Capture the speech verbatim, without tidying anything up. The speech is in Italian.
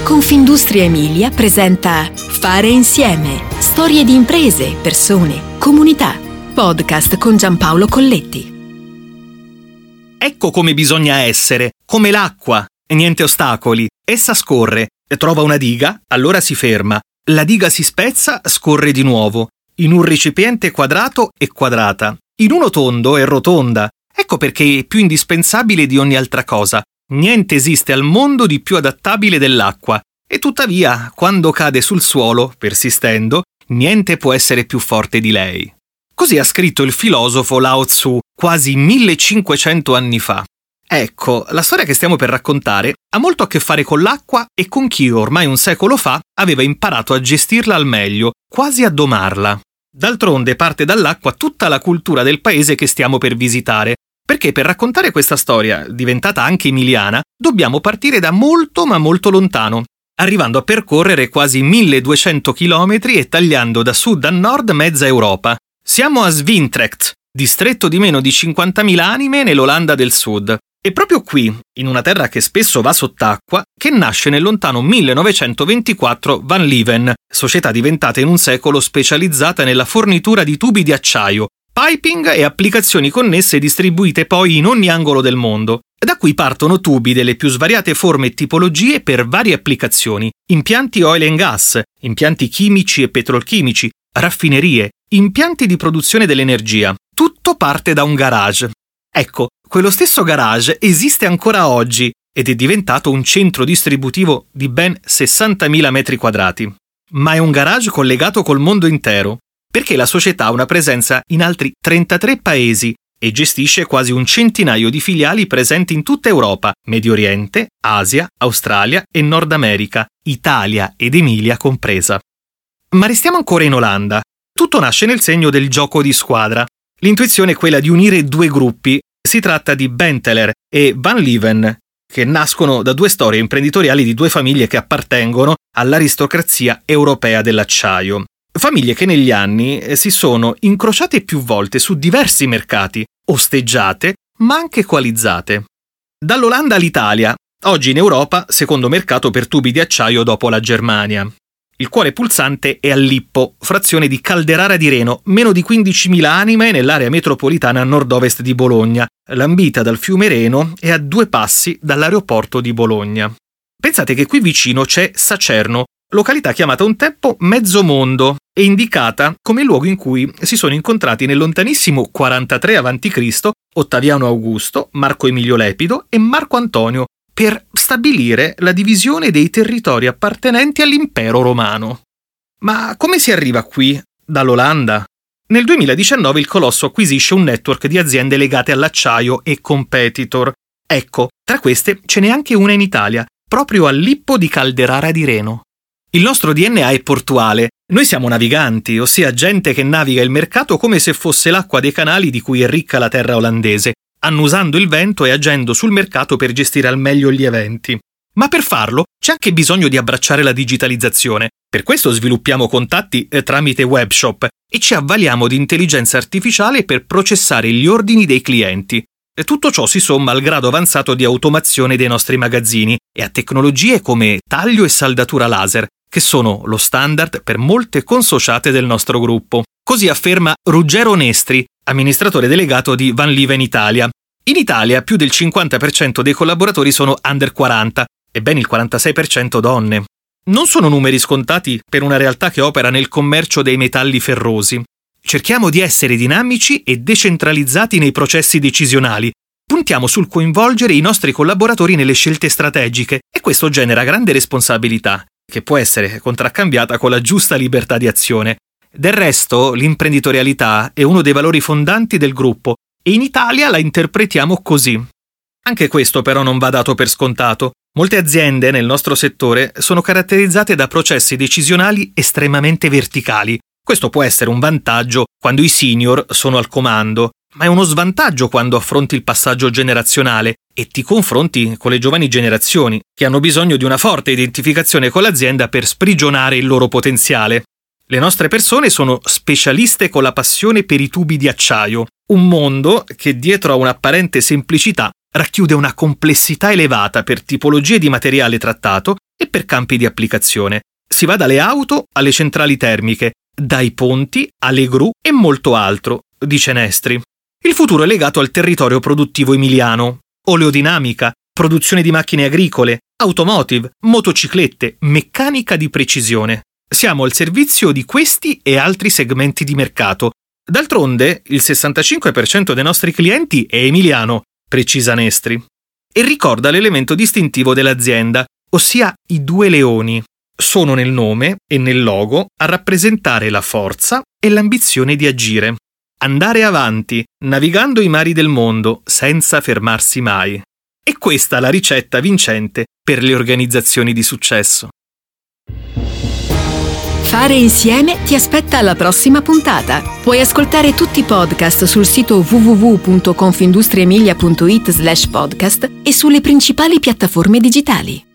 Confindustria Emilia presenta Fare insieme. Storie di imprese, persone, comunità. Podcast con Giampaolo Colletti. Ecco come bisogna essere, come l'acqua, niente ostacoli. Essa scorre, trova una diga, allora si ferma. La diga si spezza, scorre di nuovo. In un recipiente quadrato è quadrata. In uno tondo è rotonda. Ecco perché è più indispensabile di ogni altra cosa. Niente esiste al mondo di più adattabile dell'acqua. E tuttavia, quando cade sul suolo, persistendo, niente può essere più forte di lei. Così ha scritto il filosofo Lao Tzu quasi millecinquecento anni fa. Ecco, la storia che stiamo per raccontare ha molto a che fare con l'acqua e con chi ormai un secolo fa aveva imparato a gestirla al meglio, quasi a domarla. D'altronde parte dall'acqua tutta la cultura del paese che stiamo per visitare, perché per raccontare questa storia, diventata anche emiliana, dobbiamo partire da molto ma molto lontano, arrivando a percorrere quasi milleduecento chilometri e tagliando da sud a nord mezza Europa. Siamo a Svintrecht, distretto di meno di cinquantamila anime nell'Olanda del Sud. E proprio qui, in una terra che spesso va sott'acqua, che nasce nel lontano millenovecentoventiquattro Van Leeuwen, società diventata in un secolo specializzata nella fornitura di tubi di acciaio, piping e applicazioni connesse distribuite poi in ogni angolo del mondo. Da qui partono tubi delle più svariate forme e tipologie per varie applicazioni, impianti oil and gas, impianti chimici e petrolchimici, raffinerie, impianti di produzione dell'energia. Tutto parte da un garage. Ecco, quello stesso garage esiste ancora oggi ed è diventato un centro distributivo di ben sessantamila metri quadrati. Ma è un garage collegato col mondo intero, perché la società ha una presenza in altri trentatré paesi e gestisce quasi un centinaio di filiali presenti in tutta Europa, Medio Oriente, Asia, Australia e Nord America, Italia ed Emilia compresa. Ma restiamo ancora in Olanda. Tutto nasce nel segno del gioco di squadra. L'intuizione è quella di unire due gruppi. Si tratta di Benteler e Van Leeuwen, che nascono da due storie imprenditoriali di due famiglie che appartengono all'aristocrazia europea dell'acciaio. Famiglie che negli anni si sono incrociate più volte su diversi mercati, osteggiate ma anche coalizzate. Dall'Olanda all'Italia, oggi in Europa secondo mercato per tubi di acciaio dopo la Germania. Il cuore pulsante è a Lippo, frazione di Calderara di Reno, meno di quindicimila anime nell'area metropolitana a nord-ovest di Bologna, lambita dal fiume Reno e a due passi dall'aeroporto di Bologna. Pensate che qui vicino c'è Sacerno, località chiamata un tempo Mezzomondo e indicata come il luogo in cui si sono incontrati nel lontanissimo quarantatré avanti Cristo Ottaviano Augusto, Marco Emilio Lepido e Marco Antonio per stabilire la divisione dei territori appartenenti all'impero romano. Ma come si arriva qui dall'Olanda? Nel duemiladiciannove il colosso acquisisce un network di aziende legate all'acciaio e competitor. Ecco, tra queste ce n'è anche una in Italia, proprio a Lippo di Calderara di Reno. Il nostro D N A è portuale. Noi siamo naviganti, ossia gente che naviga il mercato come se fosse l'acqua dei canali di cui è ricca la terra olandese, annusando il vento e agendo sul mercato per gestire al meglio gli eventi. Ma per farlo c'è anche bisogno di abbracciare la digitalizzazione. Per questo sviluppiamo contatti eh, tramite webshop e ci avvaliamo di intelligenza artificiale per processare gli ordini dei clienti. E tutto ciò si somma al grado avanzato di automazione dei nostri magazzini e a tecnologie come taglio e saldatura laser, che sono lo standard per molte consociate del nostro gruppo. Così afferma Ruggero Nestri, amministratore delegato di Van Leeuwen Italia. In Italia più del cinquanta per cento dei collaboratori sono under quaranta e ben il quarantasei per cento donne. Non sono numeri scontati per una realtà che opera nel commercio dei metalli ferrosi. Cerchiamo di essere dinamici e decentralizzati nei processi decisionali. Puntiamo sul coinvolgere i nostri collaboratori nelle scelte strategiche e questo genera grande responsabilità, che può essere contraccambiata con la giusta libertà di azione. Del resto, l'imprenditorialità è uno dei valori fondanti del gruppo e in Italia la interpretiamo così. Anche questo però non va dato per scontato. Molte aziende nel nostro settore sono caratterizzate da processi decisionali estremamente verticali. Questo può essere un vantaggio quando i senior sono al comando, ma è uno svantaggio quando affronti il passaggio generazionale e ti confronti con le giovani generazioni, che hanno bisogno di una forte identificazione con l'azienda per sprigionare il loro potenziale. Le nostre persone sono specialiste con la passione per i tubi di acciaio, un mondo che dietro a un'apparente semplicità racchiude una complessità elevata per tipologie di materiale trattato e per campi di applicazione. Si va dalle auto alle centrali termiche, dai ponti alle gru e molto altro, dice Nestri. Il futuro è legato al territorio produttivo emiliano. Oleodinamica, produzione di macchine agricole, automotive, motociclette, meccanica di precisione. Siamo al servizio di questi e altri segmenti di mercato. D'altronde, il sessantacinque per cento dei nostri clienti è emiliano, precisa Nestri. E ricorda l'elemento distintivo dell'azienda, ossia i due leoni. Sono nel nome e nel logo a rappresentare la forza e l'ambizione di agire. Andare avanti, navigando i mari del mondo, senza fermarsi mai. E questa è la ricetta vincente per le organizzazioni di successo. Fare insieme ti aspetta alla prossima puntata. Puoi ascoltare tutti i podcast sul sito w w w punto confindustriemilia punto it slash podcast e sulle principali piattaforme digitali.